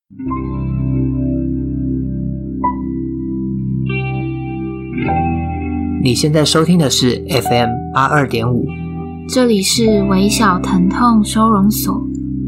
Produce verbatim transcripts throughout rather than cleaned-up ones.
你现在收听的是 F M 八十二点五， 这里是微小疼痛收容所。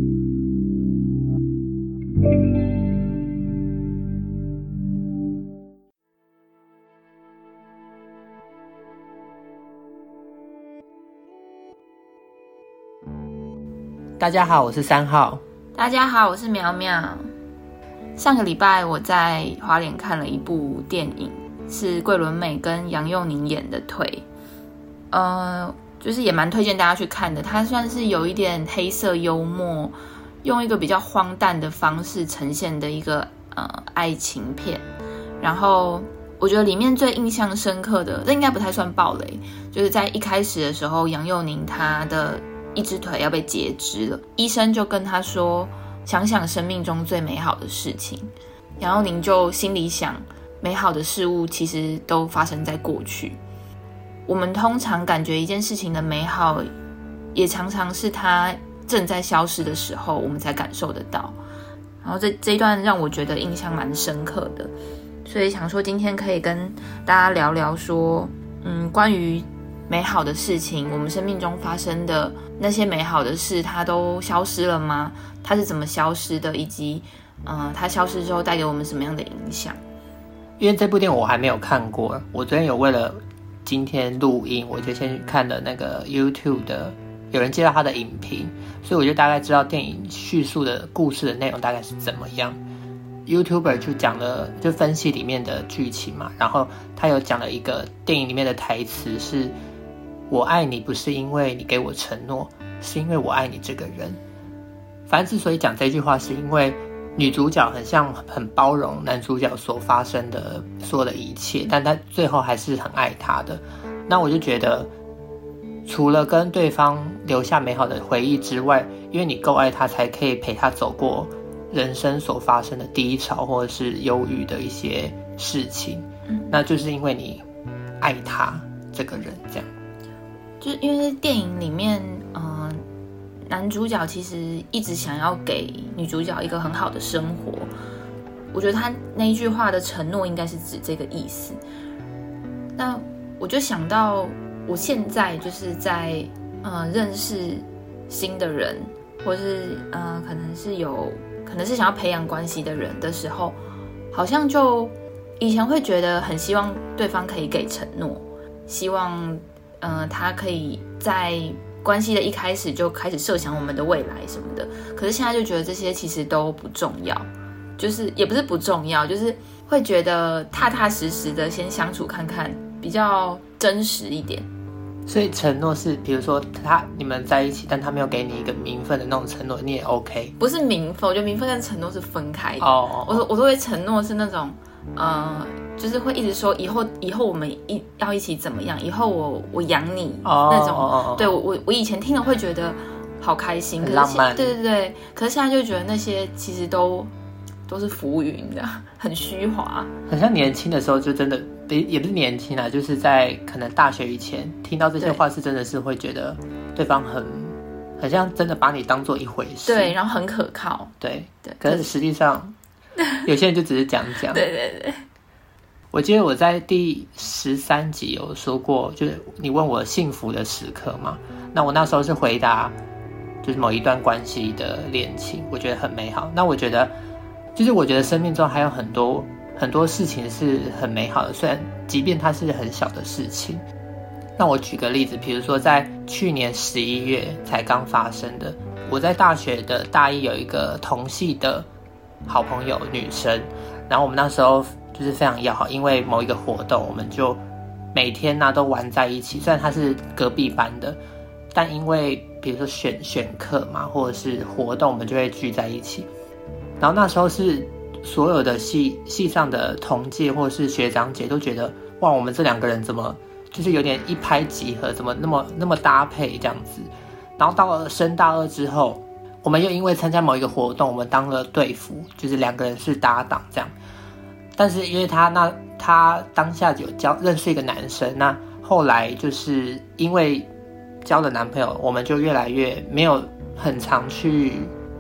大家好，我是三号。 大家好，我是苗苗。上个礼拜我在花莲看了一部电影，是桂纶镁跟杨佑宁演的《腿》，呃，就是也蛮推荐大家去看的。它算是有一点黑色幽默，用一个比较荒诞的方式呈现的一个呃爱情片。然后我觉得里面最印象深刻的，这应该不太算暴雷，就是在一开始的时候，杨佑宁他的一只腿要被截肢了，医生就跟他说，想想生命中最美好的事情。杨佑宁就心里想，美好的事物其实都发生在过去。我们通常感觉一件事情的美好，也常常是它正在消失的时候，我们才感受得到。然后这这一段让我觉得印象蛮深刻的，所以想说今天可以跟大家聊聊说，嗯，关于美好的事情，我们生命中发生的那些美好的事，它都消失了吗？它是怎么消失的，以及呃，它消失之后带给我们什么样的影响？ 因为这部电影我还没有看过，我昨天有为了今天录音，我就先看了那个 YouTube 的有人介绍他的影评，所以我就大概知道电影叙述的故事的内容大概是怎么样。YouTuber 就讲了，就分析里面的剧情嘛，然后他有讲了一个电影里面的台词是，我爱你不是因为你给我承诺，是因为我爱你这个人。反正之所以讲这句话，是因为女主角很像很包容男主角所发生的所有的一切，但她最后还是很爱他的。那我就觉得，除了跟对方留下美好的回忆之外，因为你够爱他，才可以陪他走过人生所发生的低潮或者是忧郁的一些事情。嗯，那就是因为你爱他这个人，这样。 就是因为电影里面，呃，男主角其实一直想要给女主角一个很好的生活。我觉得他那一句话的承诺应该是指这个意思。那我就想到，我现在就是在呃认识新的人，或是呃可能是有可能是想要培养关系的人的时候，好像就以前会觉得很希望对方可以给承诺，希望。呃，他可以在关系的一开始就开始设想我们的未来什么的，可是现在就觉得这些其实都不重要，就是也不是不重要，就是会觉得踏踏实实的先相处看看，比较真实一点。 所以承诺是，比如说他你们在一起，但他没有给你一个名分的那种承诺，你也 OK？ 不是名分，我觉得名分跟承诺是分开的。 哦， 我我所谓承诺是那种，呃。就是会一直说以后以后我们一要一起怎么样，以后我我养你、oh, 那种， oh, oh. 对我我以前听了会觉得好开心， 很浪漫， 对对对，可是现在就觉得那些其实都都是浮云的，很虚华。 很像年轻的时候就真的也不是年轻啦，就是在可能大学以前听到这些话是真的是会觉得对方很很像真的把你当做一回事， 对，然后很可靠， 对对，可是实际上有些人就只是讲讲， 对对对。 我记得我在第十三集有说过，就是你问我幸福的时刻嘛，那我那时候是回答就是某一段关系的恋情，我觉得很美好。那我觉得就是我觉得生命中还有很多很多事情是很美好的，虽然即便它是很小的事情。那我举个例子，比如说在去年十一月才刚发生的，我在大学的大一有一个同系的好朋友女生，然后我们那时候就是非常要好，因为某一个活动我们就每天呢、啊、都玩在一起，虽然他是隔壁班的，但因为比如说选选课嘛，或者是活动，我们就会聚在一起。然后那时候是所有的系系上的同届或者是学长姐都觉得，哇，我们这两个人怎么就是有点一拍即合，怎么那么那么搭配这样子。然后到了升大二之后，我们又因为参加某一个活动，我们当了队服，就是两个人是搭档这样。但是因为他那他当下有交认识一个男生，那后来就是因为交了男朋友，我们就越来越没有很常去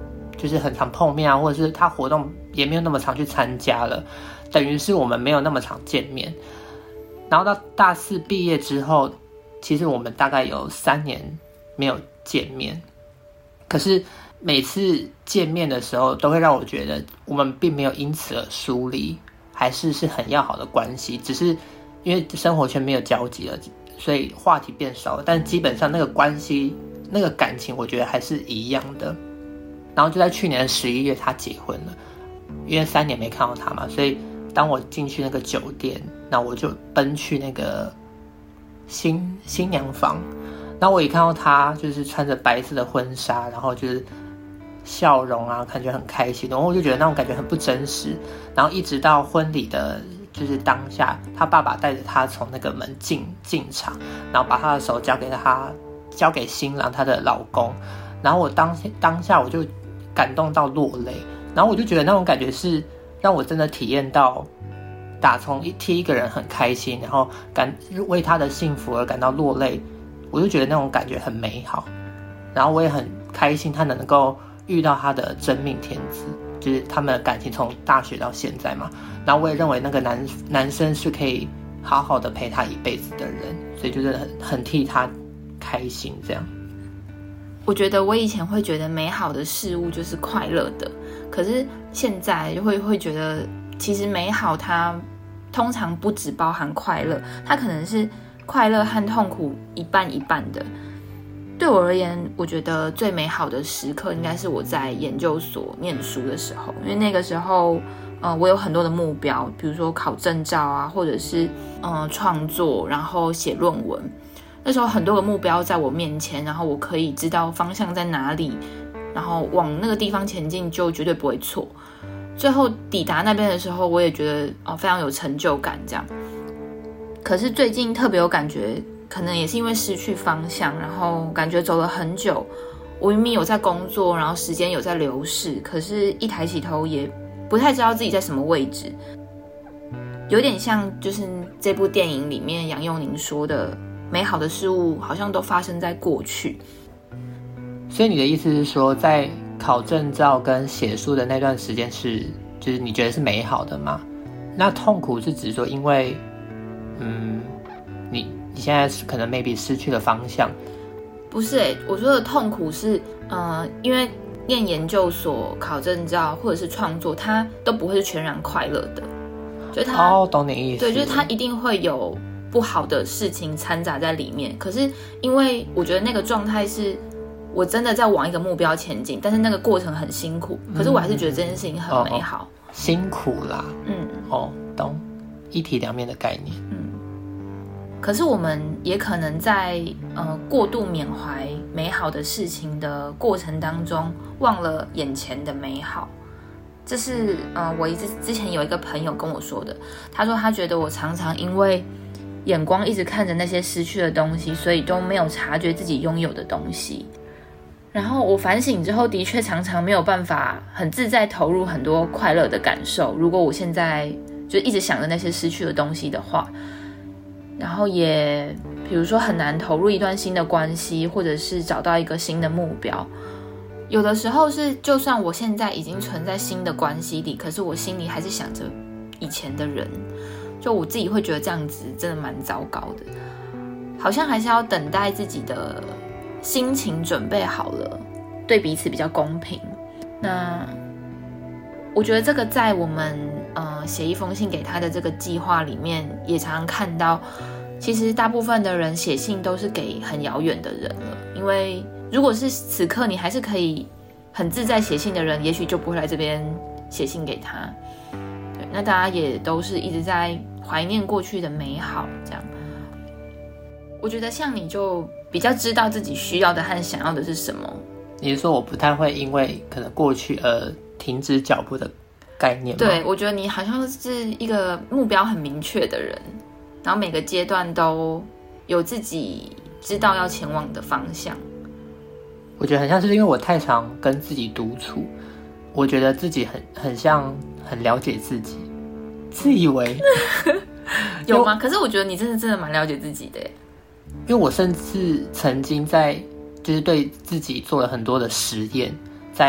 就是很常碰面啊，或者是他活动也没有那么常去参加了，等于是我们没有那么常见面。然后到大四毕业之后，其实我们大概有三年没有见面，可是每次见面的时候都会让我觉得我们并没有因此而疏离，还是是很要好的关系，只是因为生活圈没有交集了，所以话题变少了，但基本上那个关系那个感情我觉得还是一样的。然后就在去年的十一月他结婚了，因为三年没看到他嘛，所以当我进去那个酒店，那我就奔去那个新新娘房，然后我一看到他就是穿着白色的婚纱，然后就是笑容啊，感觉很开心，然后我就觉得那种感觉很不真实。然后一直到婚礼的就是当下，他爸爸带着他从那个门进进场，然后把他的手交给他交给新郎她的老公，然后我当当下我就感动到落泪，然后我就觉得那种感觉是让我真的体验到打从替一个人很开心，然后感为他的幸福而感到落泪，我就觉得那种感觉很美好。然后我也很开心他能够遇到他的真命天子，就是他们的感情从大学到现在嘛，然后我也认为那个男男生是可以好好的陪他一辈子的人，所以就是很很替他开心这样。 我觉得我以前会觉得美好的事物就是快乐的，可是现在就会会觉得其实美好它通常不只包含快乐，它可能是快乐和痛苦一半一半的。对我而言，我觉得最美好的时刻应该是我在研究所念书的时候，因为那个时候呃，我有很多的目标，比如说考证照啊，或者是呃创作，然后写论文。那时候很多个目标在我面前，然后我可以知道方向在哪里，然后往那个地方前进就绝对不会错。最后抵达那边的时候，我也觉得哦非常有成就感这样。可是最近特别有感觉，可能也是因为失去方向，然后感觉走了很久。我明明有在工作，然后时间有在流逝，可是一抬起头也不太知道自己在什么位置。有点像就是这部电影里面杨佑宁说的，美好的事物好像都发生在过去。 所以你的意思是说，在考证照跟写书的那段时间是，就是你觉得是美好的吗？那痛苦是指说，因为，嗯，你你现在可能 maybe 失去了方向。 不是欸，我说的痛苦是，呃，因为念研究所、考证照或者是创作，它都不会是全然快乐的，就它哦，懂你意思。 对，就是它一定会有不好的事情掺杂在里面。可是因为我觉得那个状态是我真的在往一个目标前进，但是那个过程很辛苦，可是我还是觉得这件事情很美好。 哦哦，辛苦啦， 嗯， 哦，懂，一体两面的概念。 嗯，可是我们也可能在呃过度缅怀美好的事情的过程当中，忘了眼前的美好。这是呃我一直之前有一个朋友跟我说的，他说他觉得我常常因为眼光一直看着那些失去的东西，所以都没有察觉自己拥有的东西。然后我反省之后，的确常常没有办法很自在投入很多快乐的感受。如果我现在就一直想着那些失去的东西的话，然后也比如说很难投入一段新的关系，或者是找到一个新的目标。有的时候是，就算我现在已经存在新的关系里，可是我心里还是想着以前的人。就我自己会觉得这样子真的蛮糟糕的，好像还是要等待自己的心情准备好了，对彼此比较公平。那我觉得这个在我们呃写一封信给他的这个计划里面，也常常看到，其实大部分的人写信都是给很遥远的人了。因为如果是此刻你还是可以很自在写信的人，也许就不会来这边写信给他。对，那大家也都是一直在怀念过去的美好，这样。我觉得像你就比较知道自己需要的和想要的是什么。 你是说我不太会因为可能过去而停止脚步的概念吗？ 对，我觉得你好像是一个目标很明确的人，然后每个阶段都有自己知道要前往的方向。 我觉得很像是因为我太常跟自己独处，我觉得自己很很像很了解自己，自以为有吗？可是我觉得你真的真的蛮了解自己的耶。 因为我甚至曾经在就是对自己做了很多的实验，在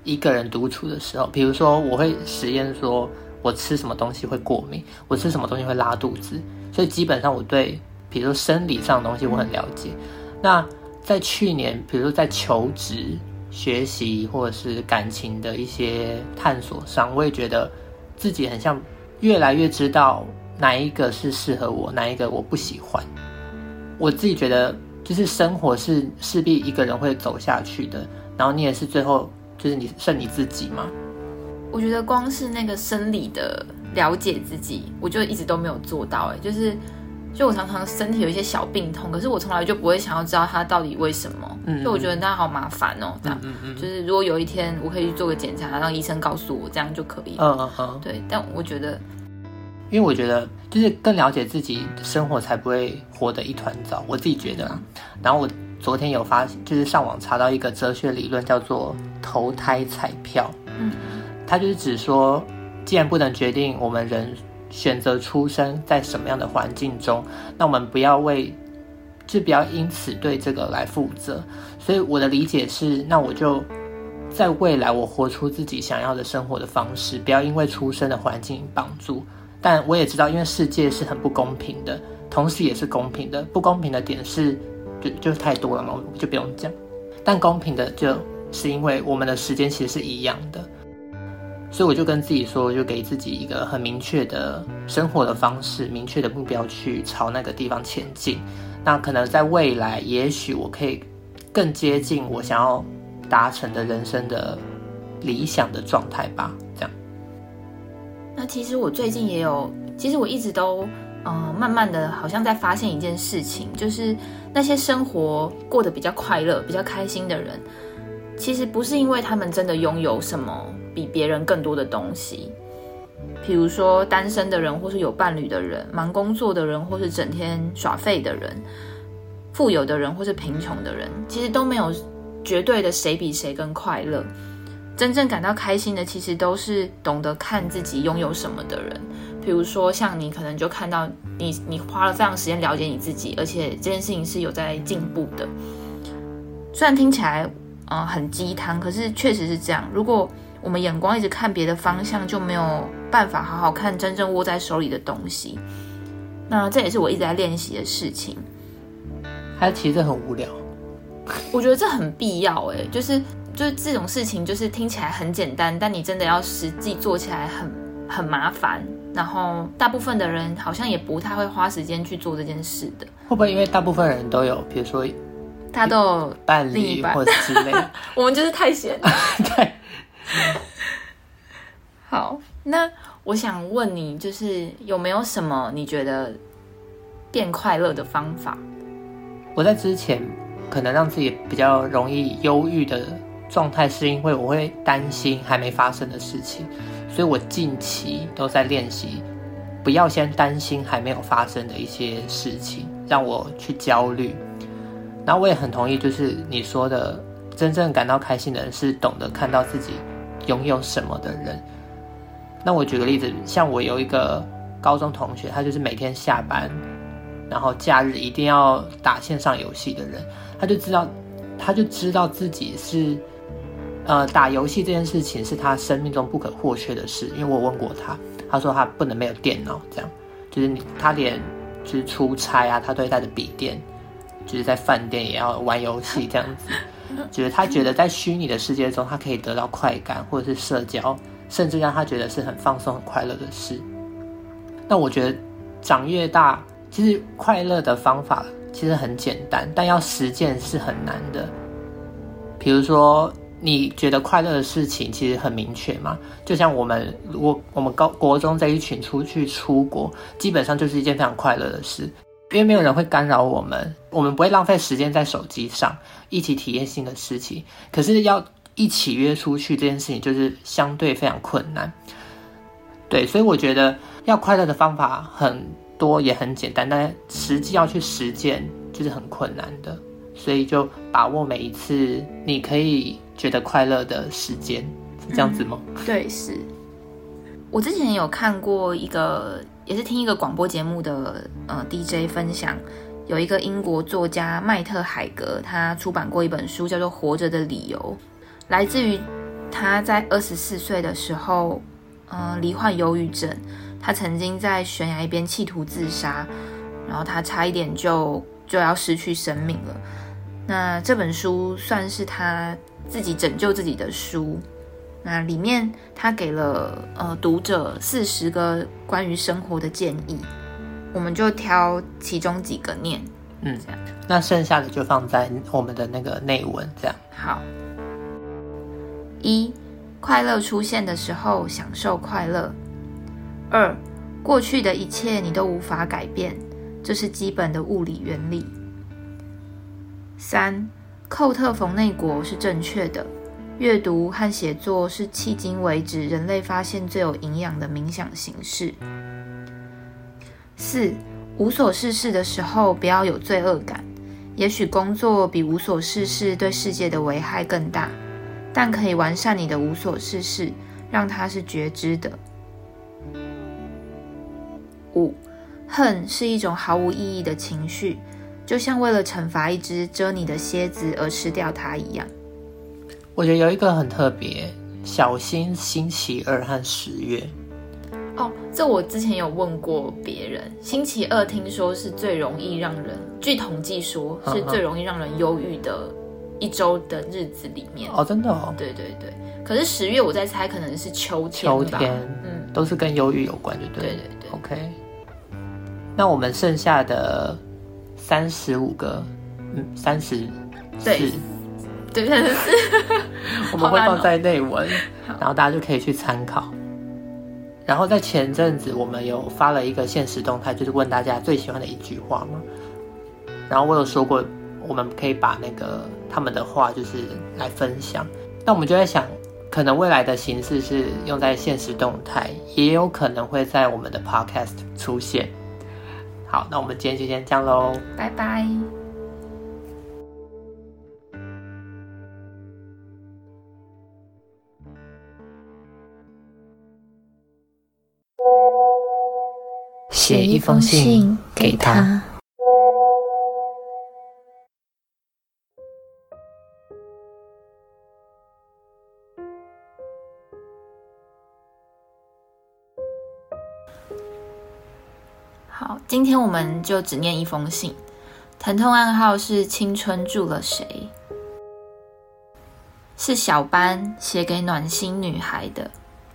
一个人独处的时候，比如说我会实验说我吃什么东西会过敏，我吃什么东西会拉肚子，所以基本上我对比如说生理上的东西我很了解。那在去年比如说在求职、学习或者是感情的一些探索上，我也觉得自己很像越来越知道哪一个是适合我，哪一个我不喜欢。我自己觉得就是生活是势必一个人会走下去的，然后你也是最后就是你剩你自己嘛。 我觉得光是那个生理的了解自己，我就一直都没有做到。哎，就是就我常常身体有一些小病痛，可是我从来就不会想要知道它到底为什么。嗯，所以我觉得那好麻烦哦。这样，嗯嗯嗯，就是如果有一天我可以去做个检查，让医生告诉我，这样就可以了。嗯嗯嗯，对。但我觉得， 因为我觉得就是更了解自己，生活才不会活得一团糟。我自己觉得啦。然后我昨天有发，就是上网查到一个哲学理论，叫做投胎彩票。嗯，它就是指说，既然不能决定我们人选择出生在什么样的环境中，那我们不要为，就不要因此对这个来负责。所以我的理解是，那我就在未来我活出自己想要的生活的方式，不要因为出生的环境绑住。但我也知道，因为世界是很不公平的，同时也是公平的。不公平的点是就就是太多了嘛，我就不用讲。但公平的就是因为我们的时间其实是一样的，所以我就跟自己说，就给自己一个很明确的生活的方式，明确的目标去朝那个地方前进。那可能在未来，也许我可以更接近我想要达成的人生的理想的状态吧，这样。 那其实我最近也有，其实我一直都呃，慢慢的好像在发现一件事情，就是那些生活过得比较快乐、比较开心的人，其实不是因为他们真的拥有什么比别人更多的东西。比如说单身的人，或是有伴侣的人，忙工作的人，或是整天耍废的人，富有的人或是贫穷的人，其实都没有绝对的谁比谁更快乐。真正感到开心的，其实都是懂得看自己拥有什么的人。比如说像你可能就看到你你花了非常时间了解你自己，而且这件事情是有在进步的。虽然听起来、呃、很鸡汤，可是确实是这样。如果我们眼光一直看别的方向，就没有办法好好看真正握在手里的东西。那这也是我一直在练习的事情。 它其实很无聊， 我觉得这很必要哎、欸，就是就是这种事情，就是听起来很简单，但你真的要实际做起来很很麻烦。然后大部分的人好像也不太会花时间去做这件事的。 会不会因为大部分人都有，比如说他都有伴侣或者之类的？ 我们就是太闲了。 对。 好，那我想问你，就是有没有什么你觉得变快乐的方法？ 我在之前可能让自己比较容易忧郁的状态，是因为我会担心还没发生的事情，所以我近期都在练习不要先担心还没有发生的一些事情，让我去焦虑。然后我也很同意，就是你说的，真正感到开心的人是懂得看到自己拥有什么的人。那我举个例子，像我有一个高中同学，他就是每天下班，然后假日一定要打线上游戏的人，他就知道，他就知道自己是，呃，打游戏这件事情是他生命中不可或缺的事。因为我问过他，他说他不能没有电脑，这样，就是你他连就是出差啊，他都会带着笔电，就是在饭店也要玩游戏这样子。就是他觉得在虚拟的世界中，他可以得到快感或者是社交，甚至让他觉得是很放松、很快乐的事。那我觉得长越大，其实快乐的方法其实很简单，但要实践是很难的。比如说，你觉得快乐的事情其实很明确嘛？就像我们，如果我们高国中这一群出去出国，基本上就是一件非常快乐的事。因为没有人会干扰我们，我们不会浪费时间在手机上，一起体验新的事情。可是要一起约出去这件事情，就是相对非常困难。对，所以我觉得要快乐的方法很多，也很简单，但实际要去实践就是很困难的。所以就把握每一次你可以觉得快乐的时间，是这样子吗？ 嗯、对，是。我之前有看过一个。也是听一个广播节目的、呃、D J 分享，有一个英国作家麦特海格，他出版过一本书叫做《活着的理由》，来自于他在二十四岁的时候，呃，罹患忧郁症。他曾经在悬崖边企图自杀，然后他差一点就就要失去生命了。那这本书算是他自己拯救自己的书。那里面他给了呃读者四十个关于生活的建议，我们就挑其中几个念。 嗯，这样，那剩下的就放在我们的那个内文，这样。 好。一，快乐出现的时候享受快乐。二，过去的一切你都无法改变，这是基本的物理原理。三，寇特·冯内果是正确的，阅读和写作是迄今为止人类发现最有营养的冥想形式。四，无所事事的时候不要有罪恶感，也许工作比无所事事对世界的危害更大，但可以完善你的无所事事，让它是觉知的。五，恨是一种毫无意义的情绪，就像为了惩罚一只蛰你的蝎子而吃掉它一样。 我觉得有一个很特别，小心星期二和十月。 哦，这我之前有问过别人，星期二听说是最容易让人，据统计说是最容易让人忧郁的一周的日子里面。 哦，真的哦。 对对对，可是十月我在猜可能是秋天吧。 秋天，嗯，都是跟忧郁有关，就对。 对对对。 OK， 那我们剩下的三十五个，嗯，三十四， 对，三十四， 我们会放在内文，然后大家就可以去参考。然后在前阵子我们有发了一个限时动态，就是问大家最喜欢的一句话嘛。然后我有说过，我们可以把那个他们的话就是来分享。那我们就在想，可能未来的形式是用在限时动态，也有可能会在我们的 podcast 出现。好，那我们今天就先这样咯， 拜拜。 写一封信给他。 好，今天我们就只念一封信。疼痛暗号是青春住了谁？是小班写给暖心女孩的。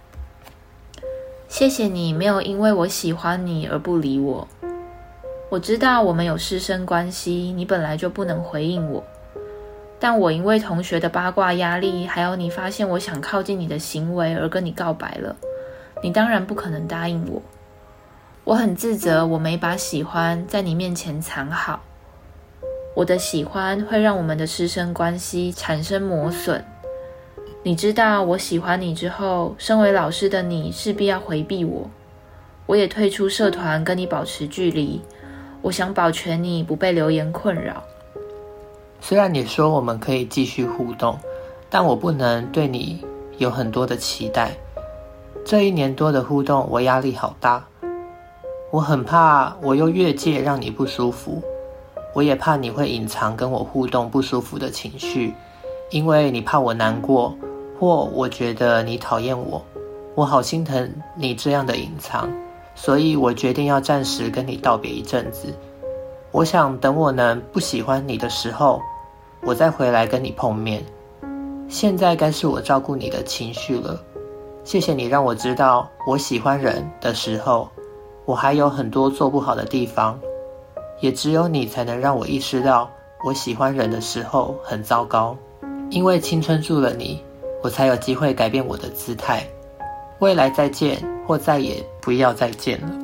谢谢你没有因为我喜欢你而不理我。我知道我们有师生关系，你本来就不能回应我。但我因为同学的八卦压力，还有你发现我想靠近你的行为而跟你告白了。你当然不可能答应我。我很自责，我没把喜欢在你面前藏好。我的喜欢会让我们的师生关系产生磨损。你知道我喜欢你之后，身为老师的你势必要回避我。我也退出社团跟你保持距离。我想保全你不被流言困扰。 虽然你说我们可以继续互动，但我不能对你有很多的期待。这一年多的互动，我压力好大。我很怕我又越界让你不舒服。我也怕你会隐藏跟我互动不舒服的情绪，因为你怕我难过，或我觉得你讨厌我。我好心疼你这样的隐藏，所以我决定要暂时跟你道别一阵子。我想等我能不喜欢你的时候，我再回来跟你碰面。现在该是我照顾你的情绪了。谢谢你让我知道我喜欢人的时候，我还有很多做不好的地方，也只有你才能让我意识到我喜欢人的时候很糟糕。因为青春住了你，我才有机会改变我的姿态。未来再见，或再也不要再见了。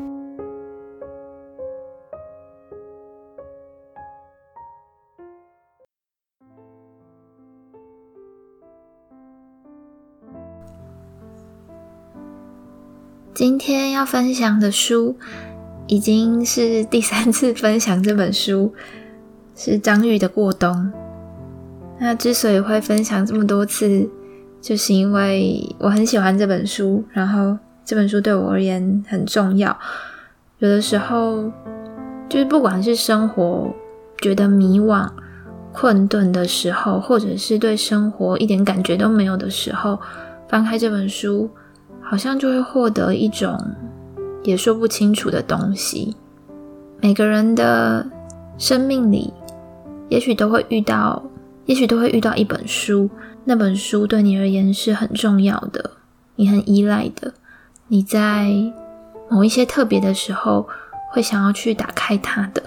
今天要分享的书已经是第三次分享这本书，是张玉的《过冬》。那之所以会分享这么多次，就是因为我很喜欢这本书，然后这本书对我而言很重要。有的时候就是不管是生活觉得迷惘困顿的时候，或者是对生活一点感觉都没有的时候，翻开这本书，好像就会获得一种也说不清楚的东西。每个人的生命里也许都会遇到也许都会遇到一本书，那本书对你而言是很重要的，你很依赖的，你在某一些特别的时候会想要去打开它的。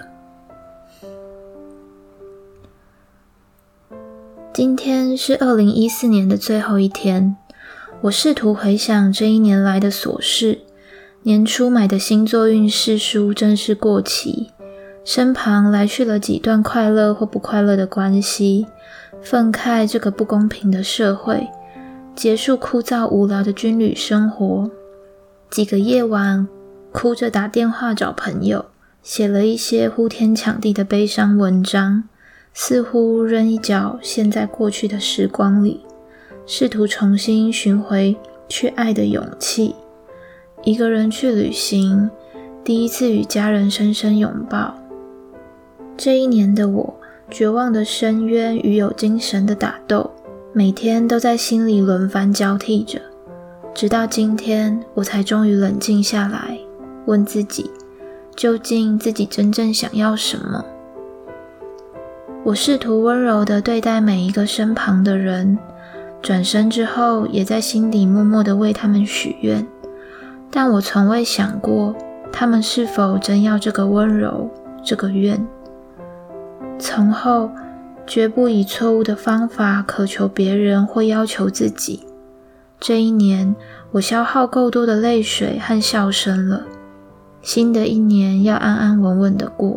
今天是二零一四年的最后一天，我试图回想这一年来的琐事。年初买的星座运势书正式过期，身旁来去了几段快乐或不快乐的关系，愤慨这个不公平的社会，结束枯燥无聊的军旅生活。几个夜晚哭着打电话找朋友，写了一些呼天抢地的悲伤文章，似乎扔一脚陷在过去的时光里，试图重新寻回去爱的勇气。一个人去旅行，第一次与家人深深拥抱。这一年的我，绝望的深渊与有精神的打斗，每天都在心里轮番交替着。直到今天，我才终于冷静下来，问自己，究竟自己真正想要什么？我试图温柔地对待每一个身旁的人，转身之后，也在心底默默地为他们许愿。但我从未想过，他们是否真要这个温柔，这个愿。从后，绝不以错误的方法渴求别人或要求自己。这一年，我消耗够多的泪水和笑声了。新的一年要安安稳稳的过。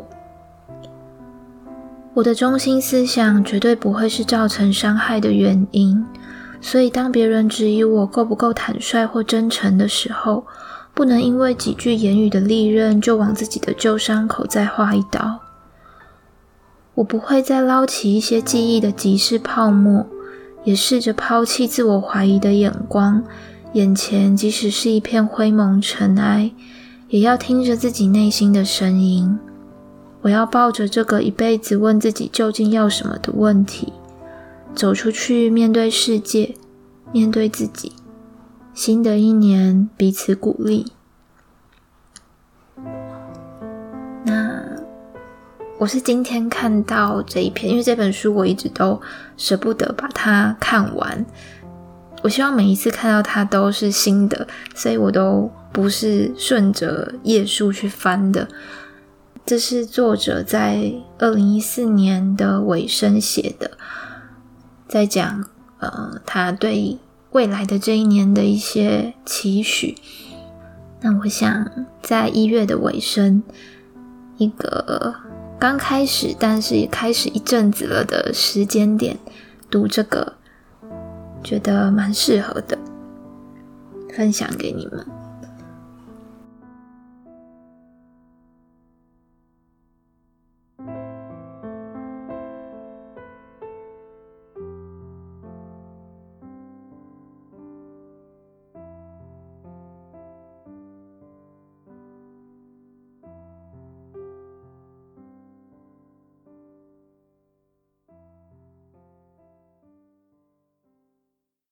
我的中心思想绝对不会是造成伤害的原因，所以当别人质疑我够不够坦率或真诚的时候，不能因为几句言语的利刃就往自己的旧伤口再划一刀。我不会再捞起一些记忆的即逝泡沫，也试着抛弃自我怀疑的眼光，眼前即使是一片灰蒙尘埃，也要听着自己内心的声音。我要抱着这个一辈子问自己究竟要什么的问题，走出去面对世界，面对自己。新的一年彼此鼓励。那我是今天看到这一篇，因为这本书我一直都舍不得把它看完，我希望每一次看到它都是新的，所以我都不是顺着页数去翻的。这是作者在二零一四年的尾声写的，在讲呃他对未来的这一年的一些期许。那我想在一月的尾声，一个刚开始但是也开始一阵子了的时间点读这个，觉得蛮适合的，分享给你们。